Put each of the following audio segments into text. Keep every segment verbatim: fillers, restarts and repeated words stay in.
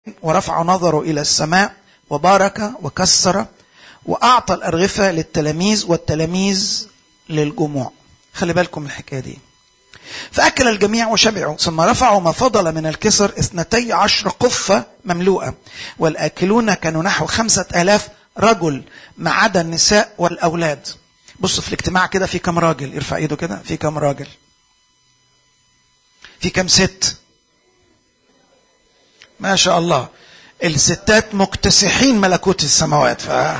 ورفع نظره إلى السماء وبارك وكسر وأعطى الأرغفة للتلاميذ والتلاميذ للجموع. خلي بالكم الحكاية دي. فأكل الجميع وشبعوا، ثم رفعوا ما فضل من الكسر اثنتي عشر قفة مملوءة، والآكلون كانوا نحو خمسة آلاف رجل ما عدا النساء والأولاد. بص في الاجتماع كده في كم راجل؟ يرفع ايده كده. في كم راجل؟ في كم ست؟ ما شاء الله. الستات مكتسحين ملكوت السماوات. ف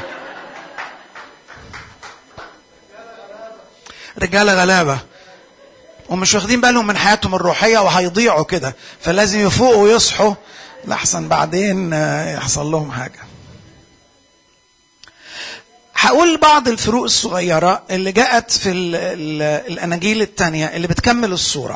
رجالة غلابة ومش واخدين بالهم من حياتهم الروحية وهيضيعوا كده، فلازم يفوقوا ويصحوا لحسن بعدين يحصل لهم حاجة. هقول بعض الفروق الصغيرة اللي جاءت في ال ال الأناجيل التانية اللي بتكمل الصورة.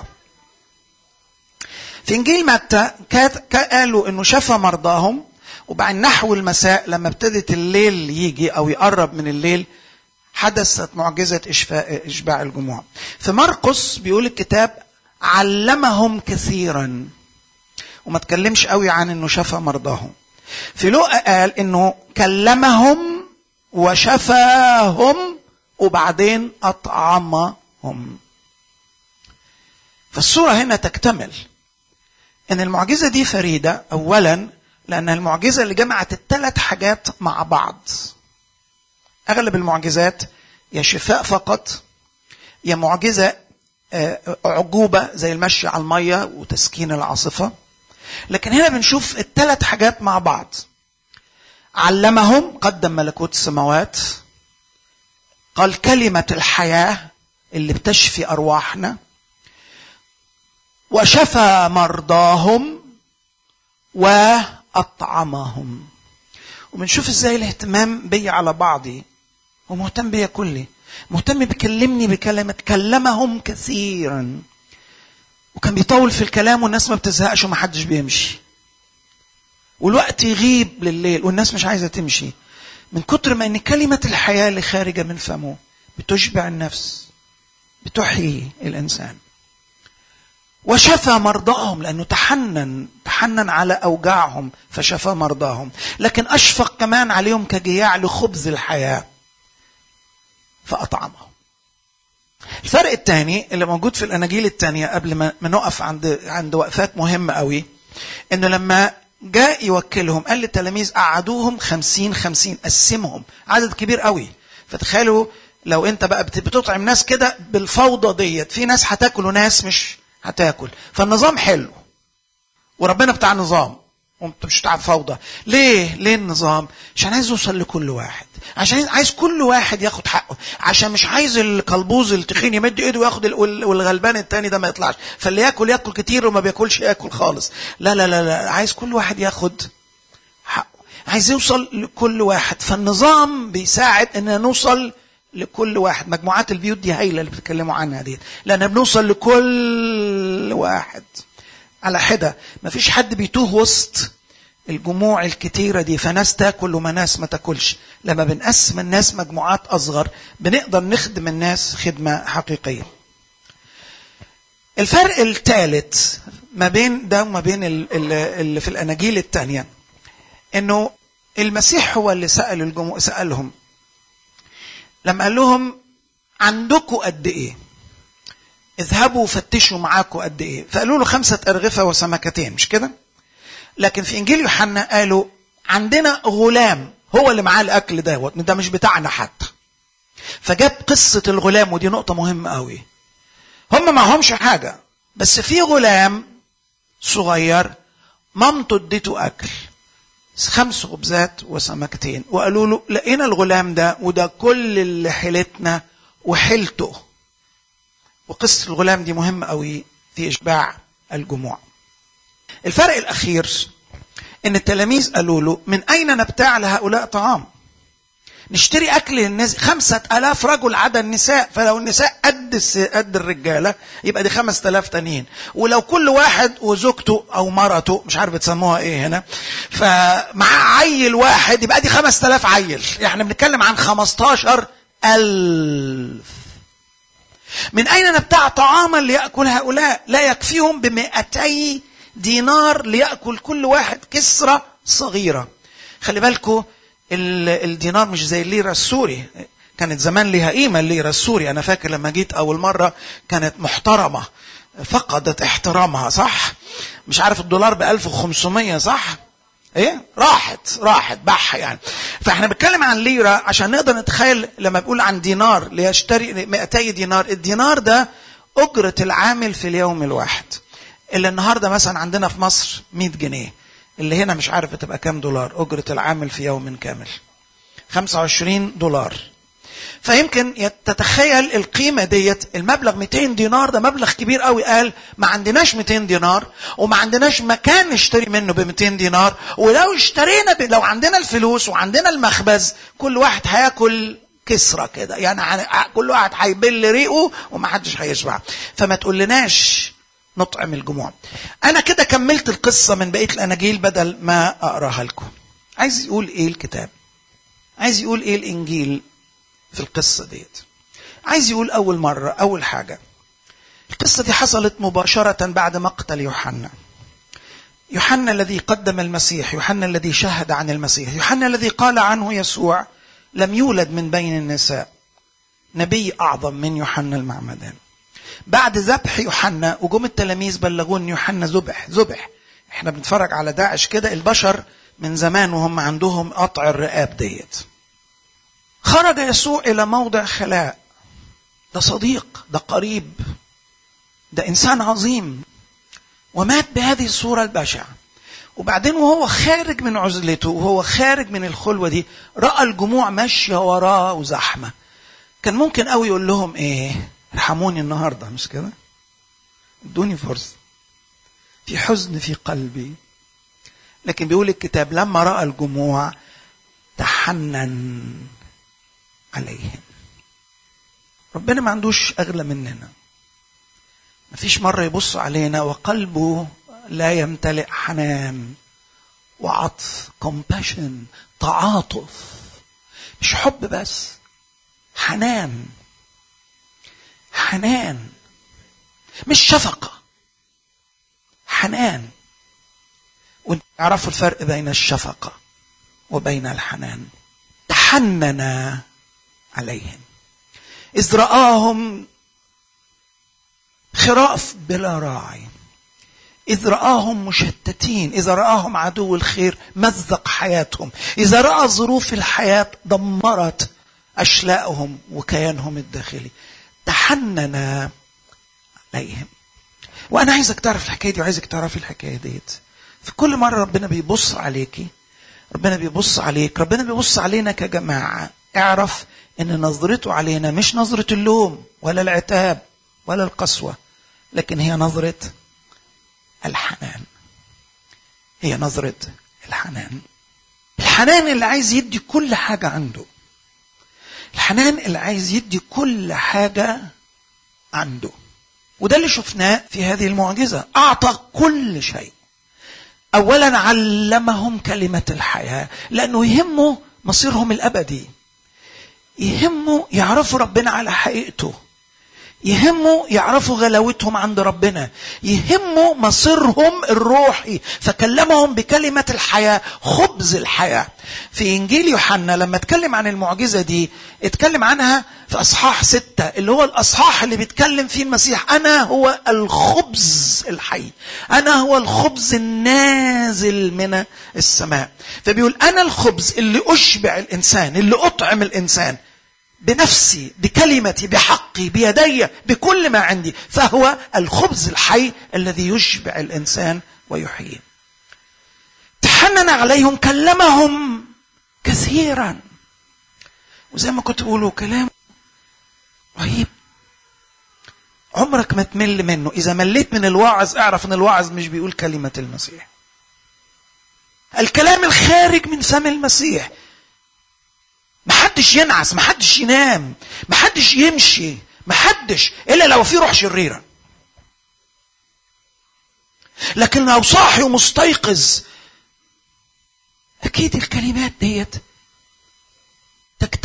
في إنجيل متى قالوا إنه شفى مرضاهم، وبعد نحو المساء لما ابتدت الليل يجي أو يقرب من الليل حدثت معجزة إشفاء إشباع الجموع. في مرقس بيقول الكتاب علمهم كثيرا، وما تكلمش قوي عن إنه شفى مرضاهم. في لوقا قال إنه كلمهم وشفاهم وبعدين أطعمهم. فالصورة هنا تكتمل ان المعجزة دي فريدة اولا لان المعجزة اللي جمعت الثلاث حاجات مع بعض. اغلب المعجزات يا شفاء فقط، يا معجزة عجوبة زي المشي على المية وتسكين العاصفة، لكن هنا بنشوف الثلاث حاجات مع بعض. علمهم، قدم ملكوت السماوات، قال كلمة الحياة اللي بتشفي أرواحنا، وشفى مرضاهم وأطعمهم. وبنشوف ازاي الاهتمام بي على بعضي، ومهتم بي كلي، مهتم بيكلمني بكلمة. كلمهم كثيرا، وكان بيطول في الكلام والناس ما بتزهقش ومحدش بيمشي، والوقت يغيب لليل والناس مش عايزة تمشي من كتر ما ان كلمة الحياة اللي خارجة من فمه بتشبع النفس، بتحيي الإنسان. وشفى مرضاهم لأنه تحنن تحنن على أوجاعهم فشفى مرضاهم، لكن أشفق كمان عليهم كجياع لخبز الحياة فأطعمهم. الفرق الثاني اللي موجود في الأناجيل الثانية قبل ما نقف عند عند وقفات مهمة قوي، إنه لما جاء يوكلهم قال للتلاميذ قعدوهم خمسين خمسين، قسمهم عدد كبير قوي. فتخيلوا لو أنت بقى بتطعم ناس كده بالفوضى ديت، في ناس هتاكل وناس مش هتاكل. فالنظام حلو وربنا بتاع نظام وانت مش بتاع فوضى. ليه ليه النظام؟ عشان عايز يوصل لكل واحد، عشان عايز كل واحد ياخد حقه، عشان مش عايز القلبوز التخين يمد ايده وياخد والغلبان التاني ده ما يطلعش، فاللي ياكل ياكل كتير وما بياكلش ياكل خالص. لا لا لا لا، عايز كل واحد ياخد حقه، عايز يوصل لكل واحد. فالنظام بيساعد ان نوصل لكل واحد. مجموعات البيوت دي هايله اللي بتتكلموا عنها دي، لان بنوصل لكل واحد على حده، مفيش حد بيتوه وسط الجموع الكتيره دي، فناس تاكل وما ناس ما تاكلش. لما بنقسم الناس مجموعات اصغر بنقدر نخدم الناس خدمه حقيقيه. الفرق الثالث ما بين ده وما بين اللي في الاناجيل الثانيه، انه المسيح هو اللي سال الجموع، سالهم لما قال لهم عندكم قد ايه؟ اذهبوا فتشوا معاكم قد ايه؟ فقالوا له خمسة أرغفة وسمكتين، مش كده؟ لكن في إنجيل يوحنا قالوا عندنا غلام هو اللي معاه الأكل ده، ده مش بتاعنا حتى. فجاب قصة الغلام، ودي نقطة مهمة قوي. هم معهمش حاجة، بس في غلام صغير مامته اديته أكل، خمس خبزات وسمكتين، وقالوا له لقينا الغلام ده وده كل اللي حيلتنا وحيلته. وقصة الغلام دي مهمة قوي في إشباع الجموع. الفرق الأخير إن التلاميذ قالوا له من أين نبتاع لهؤلاء طعام؟ نشتري أكل للناس، خمسة آلاف رجل عدا النساء، فلو النساء قد قد الرجالة يبقى دي خمسة آلاف تانيين، ولو كل واحد وزوجته أو مرته مش عارف بتسموها إيه هنا فمع عيل واحد يبقى دي خمسة آلاف عيل. احنا بنتكلم عن خمستاشر ألف. من أين نبتاع طعاما ليأكل هؤلاء؟ لا يكفيهم بمئتي دينار ليأكل كل واحد كسرة صغيرة. خلي بالكم الدينار مش زي الليرة السوري، كانت زمان لها قيمة الليرة السوري. أنا فاكر لما جيت أول مرة كانت محترمة، فقدت احترامها، صح؟ مش عارف الدولار بألف وخمسمية، صح؟ ايه راحت راحت بح يعني. فاحنا بنتكلم عن ليرة عشان نقدر نتخيل لما بقول عن دينار ليشتري مئتي دينار. الدينار ده أجرة العامل في اليوم الواحد، اللي النهاردة مثلا عندنا في مصر مئة جنيه، اللي هنا مش عارف تبقى كام دولار أجرة العامل في يوم كامل؟ خمسة وعشرين دولار. فيمكن تتخيل القيمة ديت، المبلغ مئتين دينار ده مبلغ كبير قوي. قال ما عندناش مئتين دينار وما عندناش مكان نشتري منه ب مئتين دينار، ولو اشترينا ب... لو عندنا الفلوس وعندنا المخبز كل واحد هياكل كسرة كده يعني، كل واحد هيبل ريقه وما حدش هيشبع. فما تقولناش نطعم الجموع. انا كده كملت القصة من بقية الاناجيل بدل ما اقراها لكم. عايز يقول ايه الكتاب؟ عايز يقول ايه الانجيل في القصة ديت؟ عايز يقول أول مرة، أول حاجة، القصة دي حصلت مباشرة بعد مقتل يوحنا. يوحنا الذي قدم المسيح، يوحنا الذي شهد عن المسيح، يوحنا الذي قال عنه يسوع لم يولد من بين النساء نبي أعظم من يوحنا المعمدان. بعد ذبح يوحنا وجم التلاميذ بلغون يوحنا ذبح ذبح. احنا بنتفرج على داعش كده، البشر من زمان وهم عندهم قطع الرقاب ديت. خرج يسوع إلى موضع خلاء. ده صديق، ده قريب، ده إنسان عظيم، ومات بهذه الصورة البشعة. وبعدين وهو خارج من عزلته وهو خارج من الخلوة دي رأى الجموع ماشية وراه وزحمة. كان ممكن قوي يقول لهم ايه؟ ارحموني النهاردة، مش كده؟ ادوني فرصة، في حزن في قلبي. لكن بيقول الكتاب لما رأى الجموع تحنن عليهم. ربنا ما عندوش أغلى مننا. ما فيش مرة يبص علينا وقلبه لا يمتلئ حنان وعطف، compassion، تعاطف. مش حب بس، حنان. حنان مش شفقة، حنان. وانت تعرفوا الفرق بين الشفقة وبين الحنان. تحنن عليهم إذ رآهم خراف بلا راعي، إذ رآهم مشتتين، إذا رآهم عدو الخير مزق حياتهم، إذا رأى ظروف الحياة دمرت أشلاءهم وكيانهم الداخلي. تحنن عليهم. وأنا عايزك تعرف الحكاية دي وعايزك تعرف الحكاية ديت. في كل مرة ربنا بيبص عليكي، ربنا بيبص عليك، ربنا بيبص علينا كجماعة. اعرف ان نظرته علينا مش نظرة اللوم ولا العتاب ولا القسوة، لكن هي نظرة الحنان. هي نظرة الحنان. الحنان اللي عايز يدي كل حاجة عنده. الحنان اللي عايز يدي كل حاجة عنده. وده اللي شفناه في هذه المعجزة. أعطى كل شيء. أولا علمهم كلمة الحياة، لأنه يهمه مصيرهم الأبدي، يهمه يعرفوا ربنا على حقيقته، يهمه يعرفوا غلاوتهم عند ربنا، يهمه مصيرهم الروحي. فكلمهم بكلمة الحياة، خبز الحياة. في إنجيل يوحنا لما اتكلم عن المعجزة دي اتكلم عنها في أصحاح ستة، اللي هو الأصحاح اللي بيتكلم فيه المسيح أنا هو الخبز الحي، أنا هو الخبز النازل من السماء. فبيقول أنا الخبز اللي أشبع الإنسان، اللي أطعم الإنسان بنفسي، بكلمتي، بحقي، بيدي، بكل ما عندي. فهو الخبز الحي الذي يشبع الإنسان ويحييه. تحنن عليهم، كلمهم كثيرا. وزي ما كنت بقوله كلام رهيب، عمرك ما تمل منه. إذا مليت من الواعظ اعرف أن الواعظ مش بيقول كلمة المسيح، الكلام الخارج من فم المسيح. محدش ينعس، محدش ينام، محدش يمشي، محدش إلا لو في روح شريرة. لكن لو صاحي ومستيقظ أكيد الكلمات ديت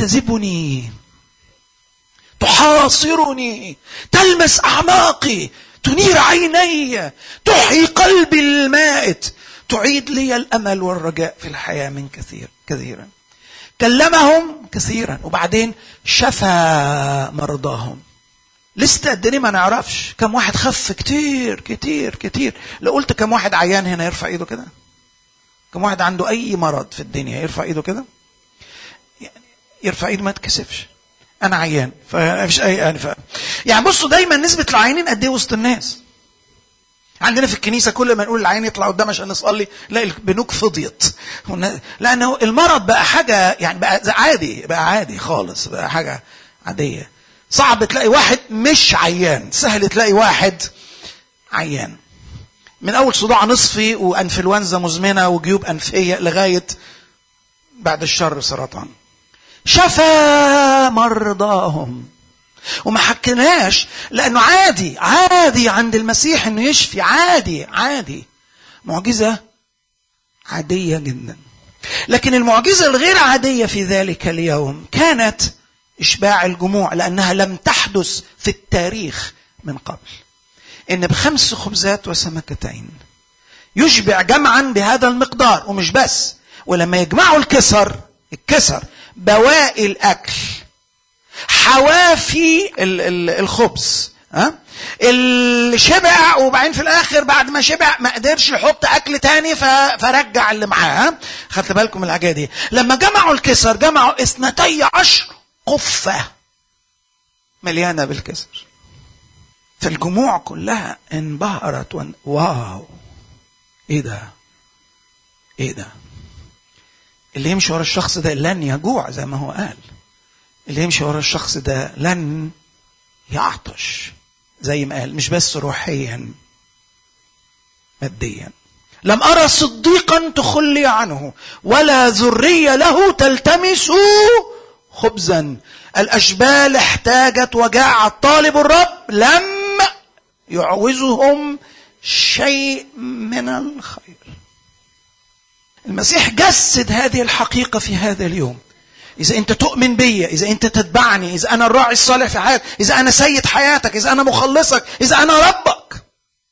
تجتذبني، تحاصرني، تلمس أعماقي، تنير عيني، تحيي قلبي المائت، تعيد لي الأمل والرجاء في الحياة من كثير كثيرا. كلمهم كثيرا وبعدين شفى مرضاهم. لسه قد ايه ما نعرفش. كم واحد خف كتير كتير كتير. لو قلت كم واحد عيان هنا يرفع ايده كده. كم واحد عنده اي مرض في الدنيا يرفع ايده كده. يرفع ايده ما تكسفش. انا عيان فمفيش اي يعني ف... يعني بصوا دايما نسبه العيانين قد ايه وسط الناس. عندنا في الكنيسه كل ما نقول العيان يطلع قدام عشان نصلي لا البنوك فضيت. لانه المرض بقى حاجه يعني بقى عادي، بقى عادي خالص، بقى حاجه عاديه. صعب تلاقي واحد مش عيان، سهل تلاقي واحد عيان. من اول صداع نصفي وانفلونزا مزمنه وجيوب انفيه لغايه بعد الشر سرطان. شفى مرضاهم. وما حكيناش لانه عادي عادي عند المسيح انه يشفي، عادي عادي، معجزه عاديه جدا. لكن المعجزه الغير عاديه في ذلك اليوم كانت اشباع الجموع، لانها لم تحدث في التاريخ من قبل. ان بخمس خبزات وسمكتين يشبع جمعا بهذا المقدار. ومش بس، ولما يجمعوا الكسر الكسر بواقي الاكل، حوافي الخبز، ها اللي شبع، وبعدين في الاخر بعد ما شبع ما قدرش يحط اكل تاني فرجع اللي معاه. خدت بالكم الحاجه دي؟ لما جمعوا الكسر جمعوا اثنتي عشر قفه مليانه بالكسر. فالجموع كلها انبهرت وان... واو ايه ده ايه ده. اللي يمشي ورا الشخص ده لن يجوع زي ما هو قال. اللي يمشي ورا الشخص ده لن يعطش زي ما قال. مش بس روحيا، ماديا. لم أرى صديقا تخلي عنه ولا ذرية له تلتمس خبزا. الأشبال احتاجت وجاعت، طالب الرب لم يعوزهم شيء من الخير. المسيح جسد هذه الحقيقة في هذا اليوم. إذا أنت تؤمن بي، إذا أنت تتبعني، إذا أنا الراعي الصالح في حياتك، إذا أنا سيد حياتك، إذا أنا مخلصك، إذا أنا ربك،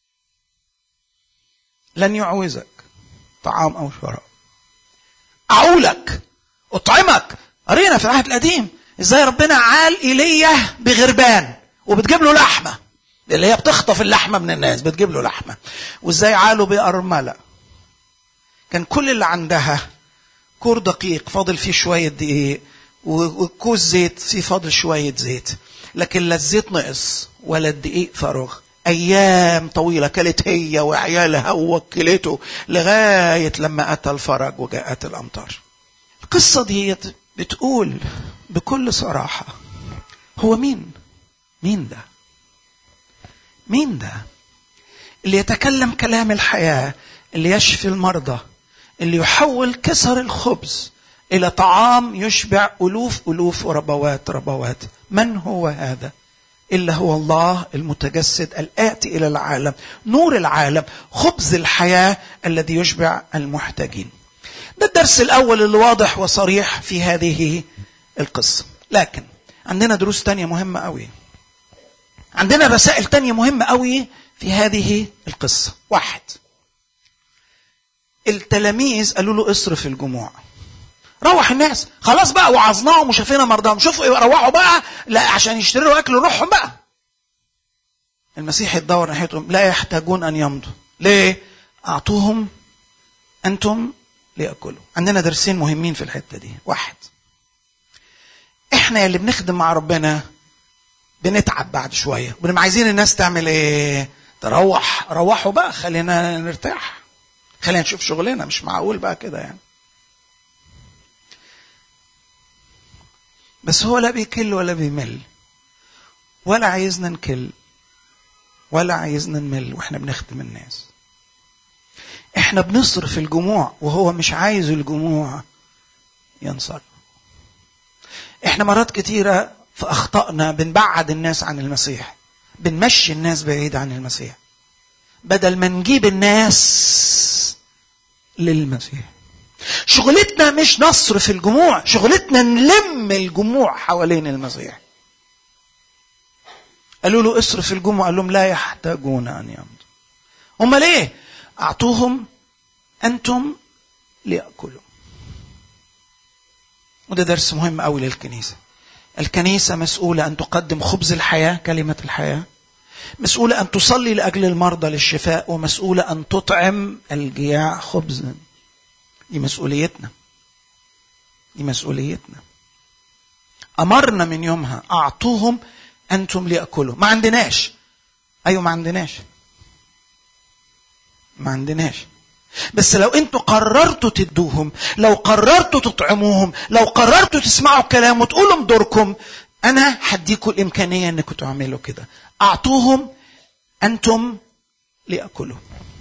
لن يعوزك طعام أو شراب. أعولك، أطعمك. قرينا في العهد القديم إزاي ربنا عال إيليا بغربان وبتجيب له لحمة، اللي هي بتخطف اللحمة من الناس بتجيب له لحمة. وإزاي عاله بأرملة كان كل اللي عندها كور دقيق فاضل فيه شوية دقيق، وكوز زيت فيه فاضل شوية زيت، لكن لا الزيت نقص ولا الدقيق فرغ. أيام طويلة كلت هي وعيالها ووكلته لغاية لما أتى الفرج وجاءت الأمطار. القصة دي بتقول بكل صراحة هو مين؟ مين ده؟ مين ده اللي يتكلم كلام الحياة، اللي يشفي المرضى، اللي يحول كسر الخبز إلى طعام يشبع ألوف ألوف وربوات ربوات؟ من هو هذا إلا هو الله المتجسد الآتي إلى العالم، نور العالم، خبز الحياة الذي يشبع المحتاجين. ده الدرس الأول اللي واضح وصريح في هذه القصة. لكن عندنا دروس تانية مهمة قوي، عندنا رسائل تانية مهمة قوي في هذه القصة. واحد، التلاميذ قالوا له اصرف الجموع، روح الناس، خلاص بقى وعظناهم وشافينا مرضاهم، شوفوا ايه روحوا بقى لا عشان يشتروا اكل روحهم بقى. المسيح يدور ناحيتهم، لا يحتاجون ان يمضوا. ليه؟ اعطوهم انتم ليأكلوا. عندنا درسين مهمين في الحتة دي. واحد، احنا اللي بنخدم مع ربنا بنتعب بعد شوية، بنبقى عايزين الناس تعمل ايه؟ تروح. روحوا بقى، خلينا نرتاح، خلينا نشوف شغلنا. مش معقول بقى كده يعني. بس هو لا بيكل ولا بيمل، ولا عايزنا نكل ولا عايزنا نمل واحنا بنخدم الناس. احنا بنصرف الجموع وهو مش عايز الجموع ينصر. احنا مرات كتيرة في اخطائنا بنبعد الناس عن المسيح، بنمشي الناس بعيد عن المسيح بدل ما نجيب الناس للمسيح. شغلتنا مش نصرف الجموع، شغلتنا نلم الجموع حوالين المسيح. قالوا له اصرف الجموع، قال لهم لا يحتاجون أن يمضوا. هم ليه؟ أعطوهم أنتم ليأكلوا. وده درس مهم أوي للكنيسة. الكنيسة مسؤولة أن تقدم خبز الحياة، كلمة الحياة، مسؤولة أن تصلي لأجل المرضى للشفاء، ومسؤولة أن تطعم الجياع خبزا. دي مسؤوليتنا، دي مسؤوليتنا. أمرنا من يومها أعطوهم أنتم ليأكلوا. ما عندناش، أيوة ما عندناش، ما عندناش. بس لو انتوا قررتوا تدوهم، لو قررتوا تطعموهم، لو قررتوا تسمعوا كلام وتقولوا دوركم، انا هديكم الامكانيه انكم تعملوا كده. اعطوهم انتم ليأكلوا.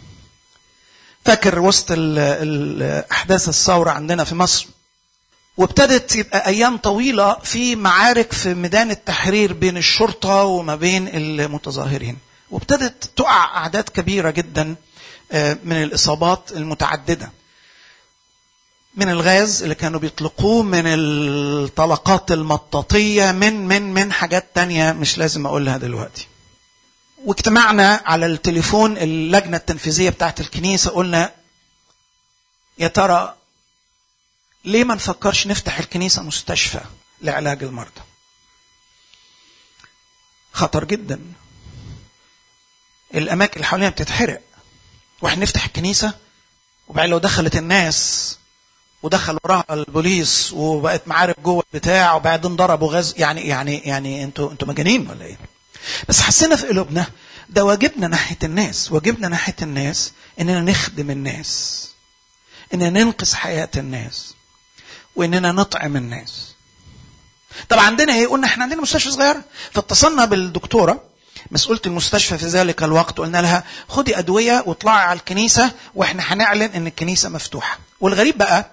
فاكر وسط الاحداث الثوره عندنا في مصر، وابتدت يبقى ايام طويله في معارك في ميدان التحرير بين الشرطه وما بين المتظاهرين، وابتدت تقع اعداد كبيره جدا من الإصابات المتعددة، من الغاز اللي كانوا بيطلقوه، من الطلقات المطاطية، من من من حاجات تانية مش لازم أقولها دلوقتي. واجتمعنا على التليفون اللجنة التنفيذية بتاعت الكنيسة، قلنا يا ترى ليه ما نفكرش نفتح الكنيسة مستشفى لعلاج المرضى؟ خطر جدا، الأماكن اللي حوالينا بتتحرق، واحنا نفتح الكنيسة وبعدين لو دخلت الناس ودخل وراها البوليس وبقت معارك جوه البتاع وبعدين ضربوا غاز، يعني يعني يعني انتوا انتوا مجانين ولا ايه؟ بس حسينا في قلوبنا ده واجبنا ناحية الناس، واجبنا ناحية الناس اننا نخدم الناس، اننا ننقذ حياة الناس، واننا نطعم الناس. طبعا عندنا ايه؟ قلنا احنا عندنا مستشفى صغيرة، فاتصلنا بالدكتورة مسؤولة المستشفى في ذلك الوقت، قلنا لها خدي أدوية واطلعي على الكنيسة واحنا هنعلن ان الكنيسة مفتوحة. والغريب بقى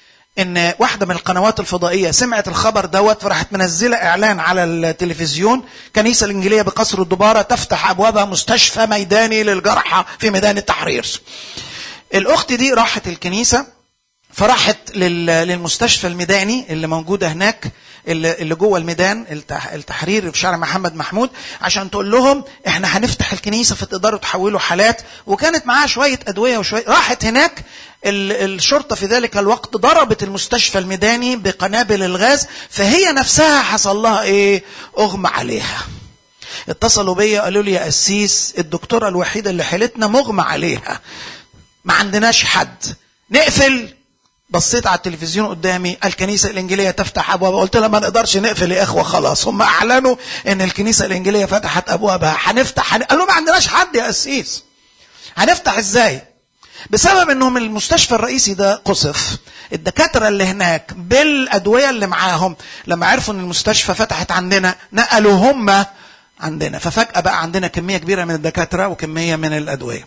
ان واحدة من القنوات الفضائية سمعت الخبر دوت، فراحت منزلة اعلان على التلفزيون: كنيسة الانجيلية بقصر الدبارة تفتح ابوابها مستشفى ميداني للجرحى في ميدان التحرير. الاخت دي راحت الكنيسة، فراحت للمستشفى الميداني اللي موجودة هناك، اللي جوه الميدان التحرير في شارع محمد محمود، عشان تقول لهم احنا هنفتح الكنيسة فتقدروا تحولوا حالات. وكانت معاها شوية أدوية وشوية. راحت هناك، الشرطة في ذلك الوقت ضربت المستشفى الميداني بقنابل الغاز، فهي نفسها حصل لها ايه؟ اغمى عليها. اتصلوا بيا قالوا لي يا قسيس الدكتورة الوحيدة اللي حالتنا مغمى عليها، ما عندناش حد، نقفل. بصيت على التلفزيون قدامي الكنيسة الإنجيلية تفتح أبوابها، قلت لها ما نقدرش نقفل يا إخوة، خلاص هم أعلنوا إن الكنيسة الإنجيلية فتحت أبوابها، هنفتح. قالوا ما عندناش حد يا قسيس، هنفتح إزاي؟ بسبب إنهم المستشفى الرئيسي ده قصف، الدكاترة اللي هناك بالأدوية اللي معاهم لما عرفوا إن المستشفى فتحت عندنا نقلوا هم عندنا، ففجأة بقى عندنا كمية كبيرة من الدكاترة وكمية من الأدوية.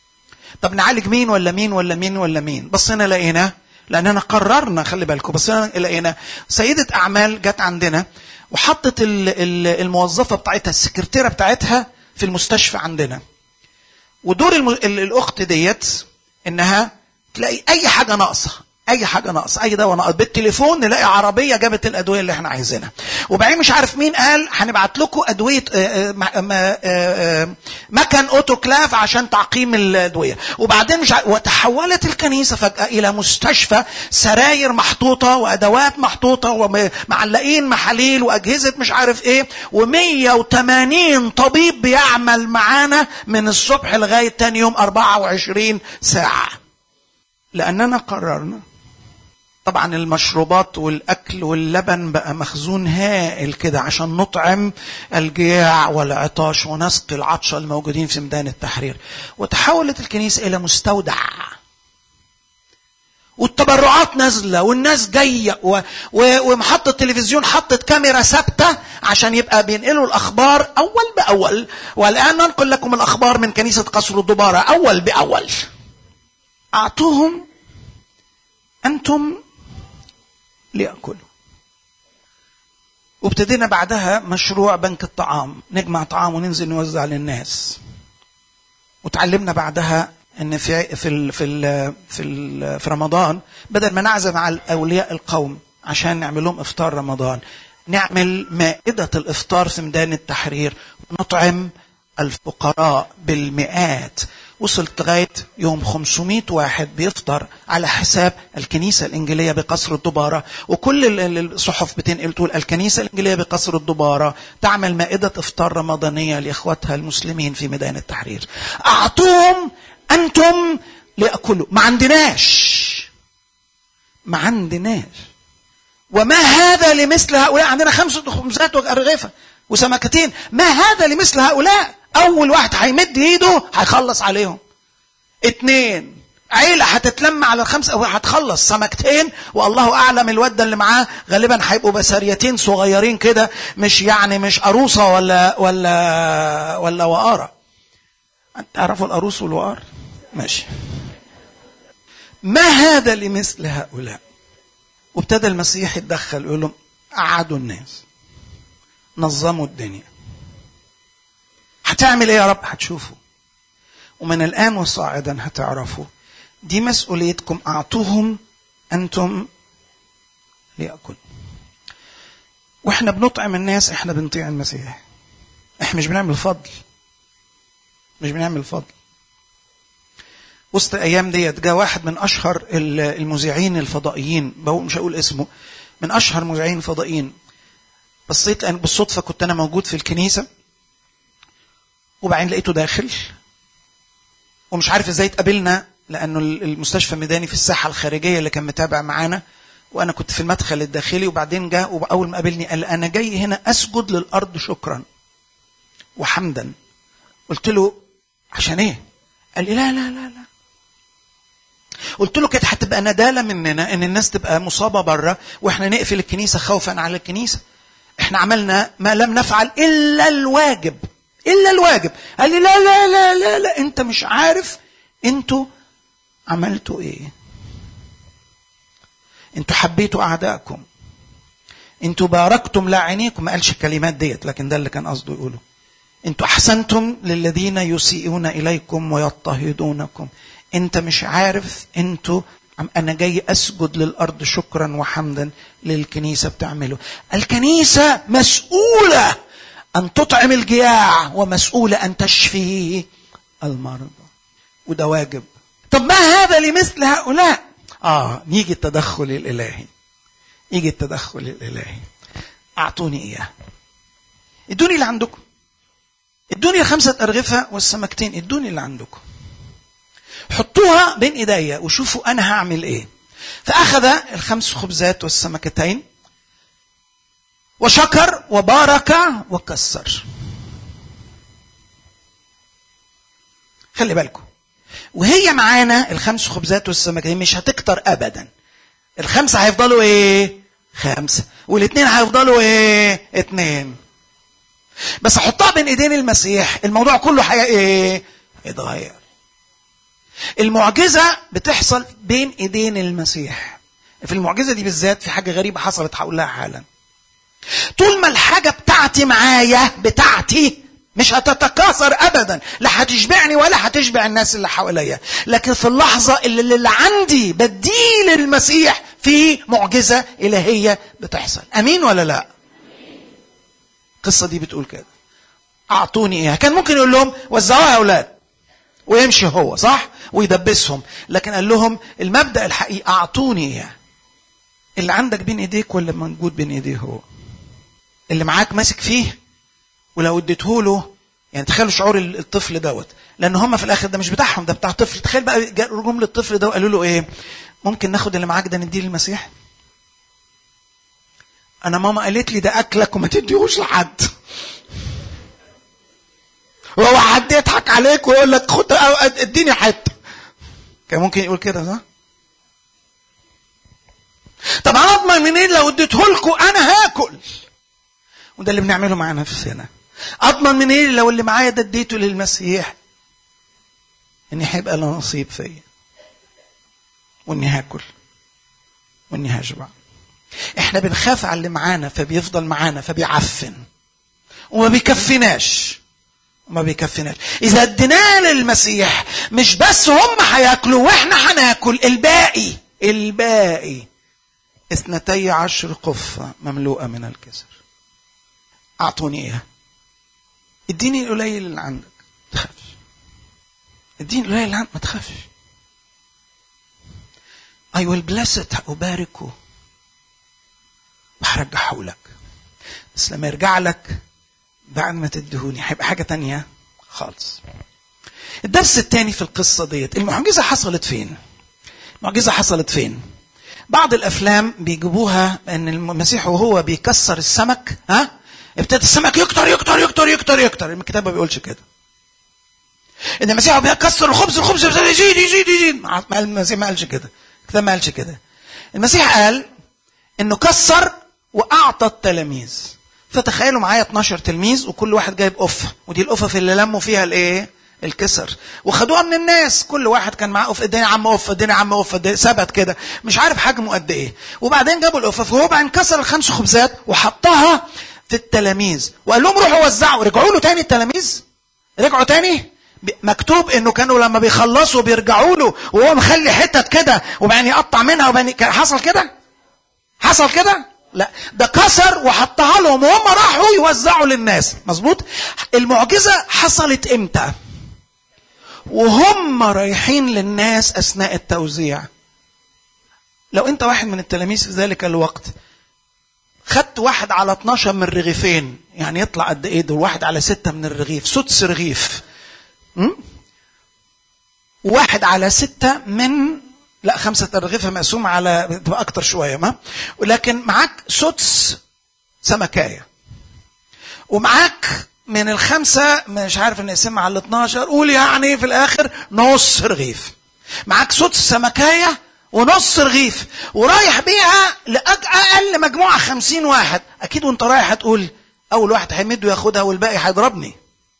طب نعالج مين ولا مين ولا مين ولا مين؟ بصينا لقينا، لأننا قررنا، خلي بالكم، بس لقينا سيدة أعمال جت عندنا وحطت الموظفة بتاعتها، السكرتيرة بتاعتها في المستشفى عندنا. ودور الأخت ديت إنها تلاقي أي حاجة ناقصة، أي حاجة ناقصة، أي دواء ناقص، بالتليفون نلاقي عربية جابت الأدوية اللي احنا عايزينها. وبعدين مش عارف مين قال هنبعت لكم أدوية مكان أوتوكلاف عشان تعقيم الأدوية. وبعدين مش عارف، وتحولت الكنيسة فجأة إلى مستشفى، سراير محطوطة وأدوات محطوطة ومعلقين محاليل وأجهزة مش عارف إيه، ومية وثمانين طبيب بيعمل معانا من الصبح لغاية تاني يوم أربعة وعشرين ساعة، لأننا قررنا. طبعا المشروبات والأكل واللبن بقى مخزون هائل كده عشان نطعم الجياع والعطاش ونسقي العطشة الموجودين في ميدان التحرير. وتحولت الكنيسة إلى مستودع، والتبرعات نازلة والناس جاية، و... و... ومحطة التلفزيون حطت كاميرا ثابتة عشان يبقى بينقلوا الأخبار أول بأول. والآن ننقل لكم الأخبار من كنيسة قصر الدبارة أول بأول. أعطوهم أنتم ليأكلوا. وابتدينا بعدها مشروع بنك الطعام، نجمع طعام وننزل نوزع للناس. وتعلمنا بعدها ان في في ال في ال في, ال في رمضان بدل ما نعزم على اولياء القوم عشان نعمل لهم افطار رمضان، نعمل مائدة الإفطار في ميدان التحرير ونطعم الفقراء بالمئات. وصلت لغاية يوم خمسمائة واحد بيفطر على حساب الكنيسة الإنجيلية بقصر الدبارة، وكل الصحف بتنقل تقول الكنيسة الإنجيلية بقصر الدبارة تعمل مائدة إفطار رمضانية لإخواتها المسلمين في ميدان التحرير. أعطوهم أنتم ليأكلوا. ما عندناش ما عندناش وما هذا لمثل هؤلاء. عندنا خمسة خبزات وأرغفة وسمكتين، ما هذا لمثل هؤلاء. أول واحد هيمد ايده هيخلص عليهم. اتنين عيلة هتتلم على الخمسة أو هتخلص سمكتين، والله أعلم الودة اللي معاه غالبا هيبقوا بساريتين صغيرين كده، مش يعني مش أروسة ولا ولا ولا وقارة. تعرفوا الأروس والوقار؟ ماشي. ما هذا لمثل هؤلاء. وابتدى المسيح يتدخل يقول لهم قعدوا الناس، نظموا الدنيا. هتعمل ايه يا رب؟ هتشوفوا، ومن الآن وصاعدا هتعرفوا. دي مسؤوليتكم، أعطوهم أنتم ليأكل. واحنا بنطعم الناس احنا بنطيع المسيح. احنا مش بنعمل فضل، مش بنعمل فضل. وسط الايام ديت جاء واحد من اشهر المذيعين الفضائيين، مش هقول اسمه، من اشهر المذيعين الفضائيين. بصيت لان بالصدفه كنت انا موجود في الكنيسه، وبعدين لقيته داخل ومش عارف ازاي اتقابلنا، لانه المستشفى الميداني في الساحه الخارجيه اللي كان متابع معانا، وانا كنت في المدخل الداخلي. وبعدين جاء واول ما قابلني قال انا جاي هنا اسجد للارض شكرا وحمدا. قلت له عشان ايه؟ قال لي لا لا لا لا. قلت له كده هتبقى ندالة مننا ان الناس تبقى مصابة بره واحنا نقفل الكنيسة خوفا على الكنيسة. احنا عملنا ما لم نفعل الا الواجب، الا الواجب. قال لي لا لا لا لا لا، انت مش عارف انتوا عملتوا ايه. انتوا حبيتوا اعدائكم، انتوا باركتم لاعنيكم. ما قالش الكلمات ديت، لكن ده اللي كان قصده يقوله. انتوا احسنتم للذين يسيئون اليكم ويضطهدونكم. انت مش عارف انتوا، انا جاي اسجد للارض شكرا وحمدا للكنيسة بتعمله. الكنيسة مسؤولة ان تطعم الجياع ومسؤولة ان تشفي المرضى، وده واجب. طب ما هذا لمثل هؤلاء؟ اه يجي التدخل الالهي، يجي التدخل الالهي. اعطوني اياه، ادوني اللي عندكم، ادوني الخمسة ارغفة والسمكتين، ادوني اللي عندكم، حطوها بين ايديا وشوفوا انا هعمل ايه. فاخذ الخمس خبزات والسمكتين وشكر وبارك وكسر. خلي بالكم، وهي معانا الخمس خبزات والسمكتين مش هتكتر ابدا. الخمسه هيفضلوا ايه؟ خمسه، والاثنين هيفضلوا ايه؟ اتنين. بس احطها بين ايدين المسيح، الموضوع كله هي ايه؟ يتغير. المعجزه بتحصل بين ايدين المسيح. في المعجزه دي بالذات في حاجه غريبه حصلت، هقولها حالا. طول ما الحاجه بتاعتي معايا، بتاعتي مش هتتكاثر ابدا، لا هتشبعني ولا هتشبع الناس اللي حواليا. لكن في اللحظه اللي, اللي عندي بديه للمسيح، في معجزه الهيه بتحصل. امين ولا لا؟ القصه دي بتقول كده. اعطوني اياها. كان ممكن يقول لهم وزعوها يا اولاد ويمشي هو، صح، ويدبسهم. لكن قال لهم المبدأ الحقيقي اعطوني اياه. اللي عندك بين ايديك واللي موجود بين ايديه هو، اللي معاك ماسك فيه، ولو اديته له، يعني تخيلوا شعور الطفل دوت، لان هم في الاخر ده مش بتاعهم، ده بتاع طفل. تخيل بقى رجوم للطفل ده وقالوا له ايه؟ ممكن ناخد اللي معاك ده نديه للمسيح؟ انا ماما قالت لي ده اكلك وما تديهوش لحد. وهو حد يضحك عليك ويقول لك خد اديني حته. كان ممكن يقول كده، صح؟ طب انا اضمن منين لو اديته لكم انا هاكل؟ وده اللي بنعمله مع نفسنا. اضمن منين لو اللي معايا ده اديته للمسيح اني هيبقى له نصيب فيا، واني هاكل، واني هشبع. احنا بنخاف على اللي معانا فبيفضل معانا فبيعفن وما بيكفيناش وما بيكفيناش. اذا اديناه للمسيح مش بس هم هياكلوا واحنا هناكل، الباقي الباقي اثنتي عشر قفة مملوءة من الكسر. أعطوني إياه، اديني القليل اللي عندك ما تخافش، اديني القليل اللي عندك ما تخافش. I will bless it، أباركه وهرجعه لك، بس لما يرجع لك بعد ما تدهوني هيبقى حاجة تانية خالص. الدرس الثاني في القصة ديت، المعجزة حصلت فين؟ المعجزة حصلت فين؟ بعض الأفلام بيجيبوها أن المسيح وهو بيكسر السمك، ها؟ ابتدى السمك يكتر يكتر يكتر يكتر يكتر. الكتاب ما بيقولش كده. إن المسيح بيكسر الخبز، الخبز يزيد يزيد يزيد. المسيح ما قالش كده. الكتاب ما قالش كده. المسيح قال إنه كسر وأعطى التلاميذ. فتخيلوا معايا اتناشر تلميذ وكل واحد جايب قفة، ودي القفة اللي لموا فيها الايه؟ الكسر، وخدوها من الناس. كل واحد كان معاه قفة، اديني عم قفة، اديني عم قفة، ثبت كده مش عارف حجمه قد ايه. وبعدين جابوا القفة، وهو بقى انكسر الخمس خبزات وحطها في التلاميذ وقال لهم روحوا وزعوا. رجعوا له تاني التلاميذ، رجعوا تاني. مكتوب انه كانوا لما بيخلصوا بيرجعوا له وهو مخلي حتت كده وبعدين يقطع منها وبعدين حصل كده؟ حصل كده؟ لا، ده كسر وحطها لهم وهم راحوا يوزعوا للناس. مظبوط. المعجزة حصلت امتى؟ وهم رايحين للناس اثناء التوزيع. لو انت واحد من التلاميذ في ذلك الوقت، خدت واحد على اتناشر من الرغيفين، يعني يطلع قد ايه دول؟ واحد على ستة من الرغيف، سدس رغيف. م? واحد على ستة من لا خمسة الرغيفة مقسوم على تبقى أكتر شوية، ما ولكن معاك سدس سمكاية، ومعاك من الخمسة مش عارف نقسمها على الاثناشر، قول يعني في الآخر نص رغيف. معاك سدس سمكاية ونص رغيف، ورايح بيها لأقل مجموعة خمسين واحد. أكيد وانت رايح هتقول أول واحد هيمد وياخدها والباقي هيضربني.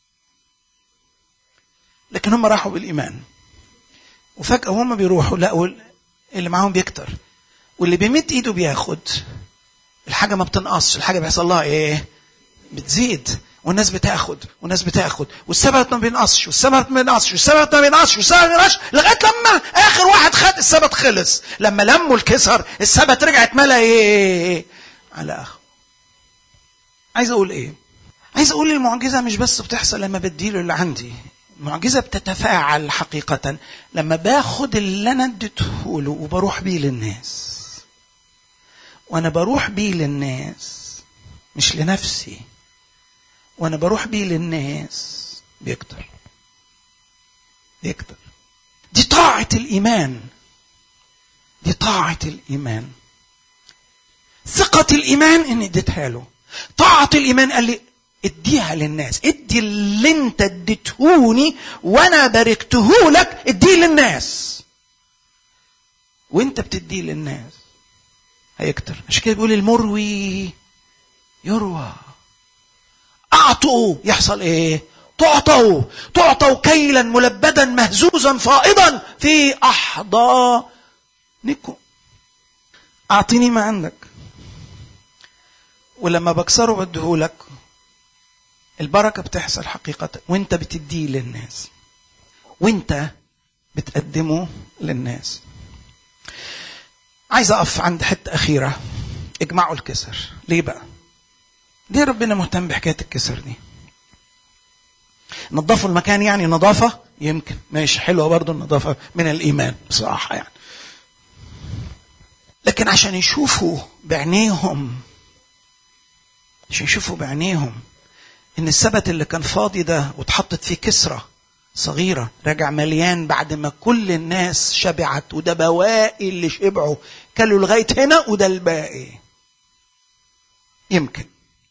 لكن هم راحوا بالإيمان، وفجأة هم بيروحوا لقوا اللي معاهم بيكتر، واللي بيمد ايده بياخد. الحاجة ما بتنقصش، الحاجة بيحصل لها ايه؟ بتزيد. والناس بتاخد والناس بتاخد، والسبت ما بينقصش والسبت ما بينقصش والسبت ما بينقصش والسبت ما بينقصش، لغاية لما آخر واحد خد السبت خلص. لما لموا الكسر السبت رجعت ملا ايه؟ على آخر. عايز أقول ايه؟ عايز أقول المعجزة مش بس بتحصل لما بديله اللي عندي، المعجزة بتتفاعل حقيقة لما باخد اللي أنا اديته له وبروح بيه للناس. وأنا بروح بيه للناس مش لنفسي، وأنا بروح بيه للناس بيكتر بيكتر. دي طاعة الإيمان، دي طاعة الإيمان. ثقة الإيمان إن اديتها له. طاعة الإيمان قال لي اديها للناس، ادي اللي انت اديتهوني وانا باركته لك اديه للناس. وانت بتديه للناس هيكتر. عشان كده بيقول المروي يروى. اعطوا يحصل ايه؟ تعطوا تعطوا كيلا ملبدا مهزوزا فائضا في احضانكم. اعطيني ما عندك، ولما بكسره بديهولك البركة بتحصل حقيقة وانت بتديه للناس، وانت بتقدمه للناس. عايز اقف عند حتة اخيرة. اجمعوا الكسر. ليه بقى؟ ليه ربنا مهتم بحكاية الكسر دي؟ نظفوا المكان يعني نظافة يمكن ماشي، حلوة برضو النظافة من الايمان بصراحة يعني، لكن عشان يشوفوا بعينيهم، عشان يشوفوا بعينيهم ان السبت اللي كان فاضي ده واتحطت فيه كسرة صغيرة راجع مليان بعد ما كل الناس شبعت، وده بواقي اللي شبعوا كلوا لغاية هنا وده الباقي. يمكن.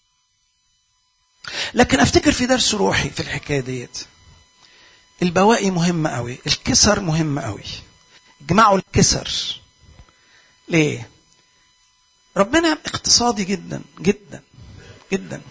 لكن افتكر في درس روحي في الحكاية ديت، البواقي مهمة قوي، الكسر مهم قوي. اجمعوا الكسر. ليه؟ ربنا اقتصادي جدا جدا جدا.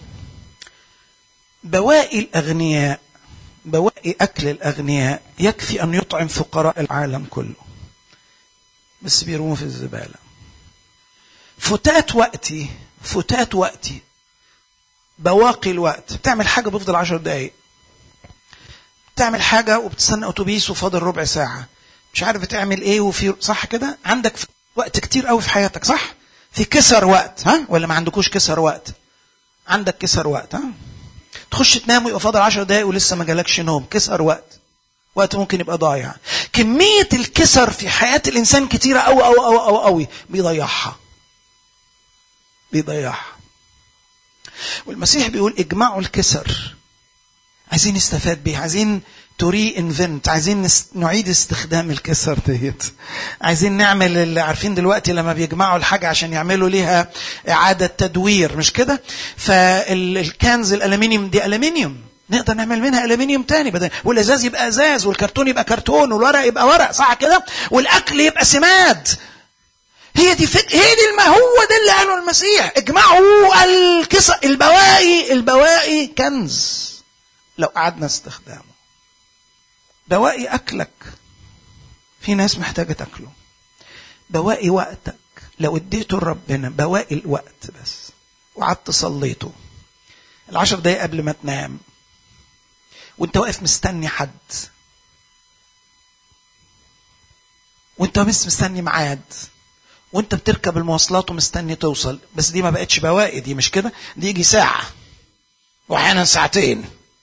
بواقي الأغنياء، بواقي أكل الأغنياء يكفي أن يطعم فقراء العالم كله، بس بيرموه في الزبالة. فتات وقتي فتات وقتي بواقي الوقت. بتعمل حاجة بفضل عشر دقايق، بتعمل حاجة وبتستنى أتوبيس وفاضل ربع ساعة، مش عارف بتعمل إيه وفي صح كده. عندك وقت كتير قوي في حياتك صح؟ في كسر وقت، ها؟ ولا ما عندكوش كسر وقت؟ عندك كسر وقت، ها؟ تخش تنام ويبقى فاضل عشر دقايق ولسه ما جالكش نوم. كسر وقت، وقت ممكن يبقى ضايع. كمية الكسر في حياة الإنسان كتيرة أو أو أو أو أوي، بيضيعها بيضيعها. والمسيح بيقول اجمعوا الكسر. عايزين نستفاد بيه، عايزين توري انفنت، عايزين نعيد استخدام الكسر ديت. عايزين نعمل اللي عارفين دلوقتي لما بيجمعوا الحاجة عشان يعملوا ليها إعادة تدوير، مش كده؟ فالكنز الألمنيوم دي ألمنيوم، نقدر نعمل منها ألمنيوم تاني بدل، والازاز يبقى ازاز، والكرتون يبقى كرتون، والورق يبقى ورق، صح كده؟ والاكل يبقى سماد. هي دي فك... هي دي الم... هو ده اللي قاله المسيح. اجمعوا الكسر، البواقي البواقي كنز لو قعدنا استخدامه. بواقي اكلك، في ناس محتاجه تاكله. بواقي وقتك لو اديته لربنا، بواقي الوقت بس وقعدت صليته العشر دقايق قبل ما تنام، وانت واقف مستني حد، وانت بس مستني ميعاد، وانت بتركب المواصلات ومستني توصل، بس دي ما بقتش بواقي، دي مش كده؟ دي يجي ساعة واحيانا ساعتين،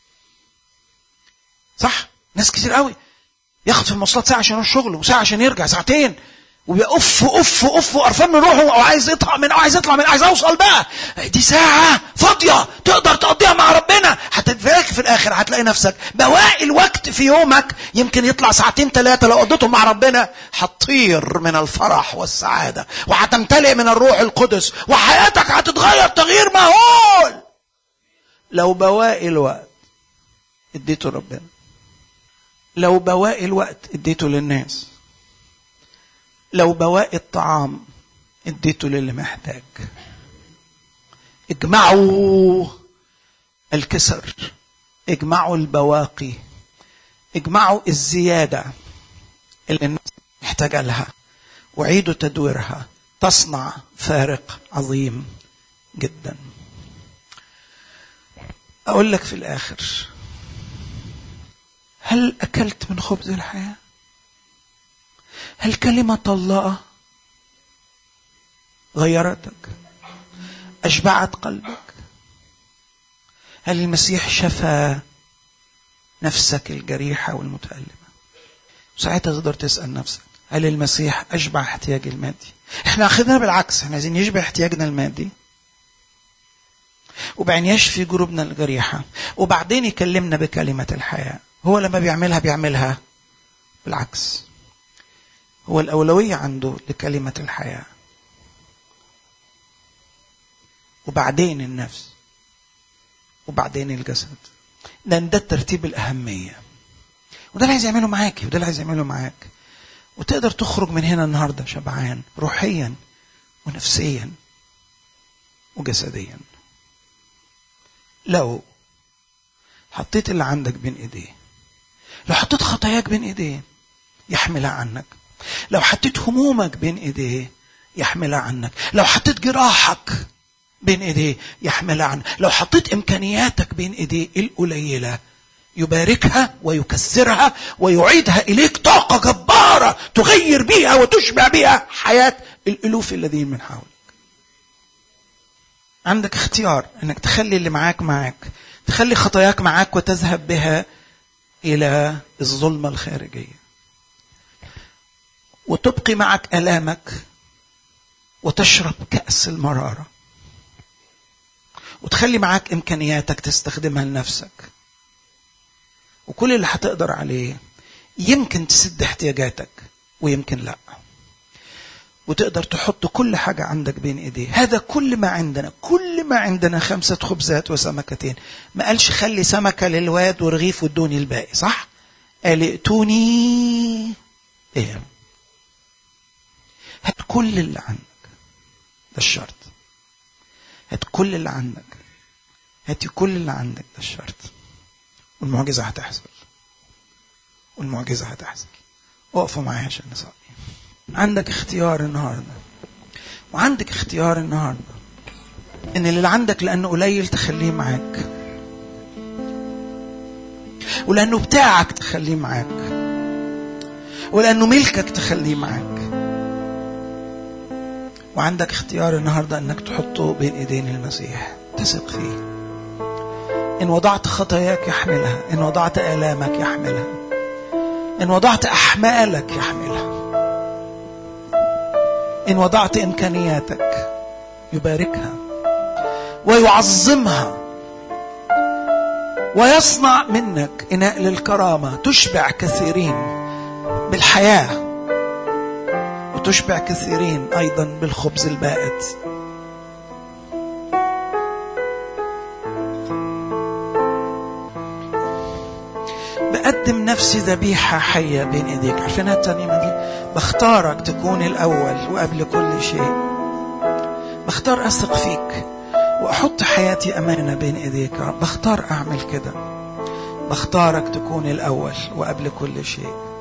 صح؟ ناس كتير قوي ياخد في المواصلات ساعة عشان يروح شغله، وساعة عشان يرجع، ساعتين، وبيبقى اوف اوف اوف وقرفان من روحه، او عايز يطلع من او عايز يطلع من عايز اوصل بقى. دي ساعة فاضية تقدر تقضيها مع ربنا، هتتفاجئ في الاخر هتلاقي نفسك بواقي الوقت في يومك يمكن يطلع ساعتين ثلاثة لو قضيتهم مع ربنا، هتطير من الفرح والسعادة، وهتمتلئ من الروح القدس، وحياتك هتتغير تغيير مهول لو بواقي الوقت اديته ربنا، لو بواقي الوقت اديته للناس، لو بواقي الطعام اديته للي محتاج. اجمعوا الكسر، اجمعوا البواقي، اجمعوا الزيادة اللي الناس محتاجة لها، وعيدوا تدويرها، تصنع فارق عظيم جدا. اقول لك في الاخر، هل اكلت من خبز الحياة؟ هل كلمة الله غيرتك؟ أشبعت قلبك؟ هل المسيح شفى نفسك الجريحة والمتألمة؟ ساعتها تقدر تسأل نفسك، هل المسيح أشبع احتياجي المادي؟ احنا أخذنا بالعكس، احنا عايزين يشبع احتياجنا المادي، وبعدين يشفي جروبنا الجريحة، وبعدين يكلمنا بكلمة الحياة. هو لما بيعملها بيعملها بالعكس، هو الأولوية عنده لكلمة الحياة، وبعدين النفس، وبعدين الجسد. ده ده الترتيب الأهمية، وده اللي عايز يعمله معاك، وده اللي عايز يعمله معاك. وتقدر تخرج من هنا النهاردة شبعان روحيا ونفسيا وجسديا لو حطيت اللي عندك بين ايديه، لو حطيت خطاياك بين ايديه يحملها عنك، لو حطيت همومك بين ايديه يحملها عنك، لو حطيت جراحك بين ايديه يحملها عنك، لو حطيت امكانياتك بين ايديه القليله يباركها ويكسرها ويعيدها اليك طاقه جباره تغير بيها وتشبع بيها حياه الالوف الذين من حولك. عندك اختيار انك تخلي اللي معاك معاك، تخلي خطاياك معاك وتذهب بها الى الظلمه الخارجيه، وتبقي معك آلامك وتشرب كأس المرارة، وتخلي معك إمكانياتك تستخدمها لنفسك، وكل اللي هتقدر عليه يمكن تسد احتياجاتك ويمكن لا، وتقدر تحط كل حاجة عندك بين ايديه. هذا كل ما عندنا، كل ما عندنا خمسة خبزات وسمكتين. ما قالش خلي سمكة للواد ورغيف وادوني الباقي، صح؟ قال ائتوني ايه؟ هات كل اللي عندك، ده الشرط. هات كل اللي عندك، هاتي كل اللي عندك، ده الشرط. والمعجزة هتحصل، والمعجزة هتحصل. وقفوا معايا عشان نصلي. عندك اختيار النهاردة، وعندك اختيار النهاردة ان اللي عندك لانه قليل تخليه معاك، ولانه بتاعك تخليه معاك، ولانه ملكك تخليه معاك. وعندك اختيار النهاردة انك تحطه بين ايدين المسيح، تثق فيه. ان وضعت خطاياك يحملها، ان وضعت آلامك يحملها، ان وضعت احمالك يحملها، ان وضعت امكانياتك يباركها ويعظمها ويصنع منك إناء للكرامة، تشبع كثيرين بالحياة وتشبع كثيرين أيضا بالخبز البائد. بقدم نفسي ذبيحة حية بين إيديك. عارفين الترنيمة دي؟ بختارك تكون الأول وقبل كل شيء. بختار أثق فيك وأحط حياتي أمانة بين إيديك. بختار أعمل كده. بختارك تكون الأول وقبل كل شيء.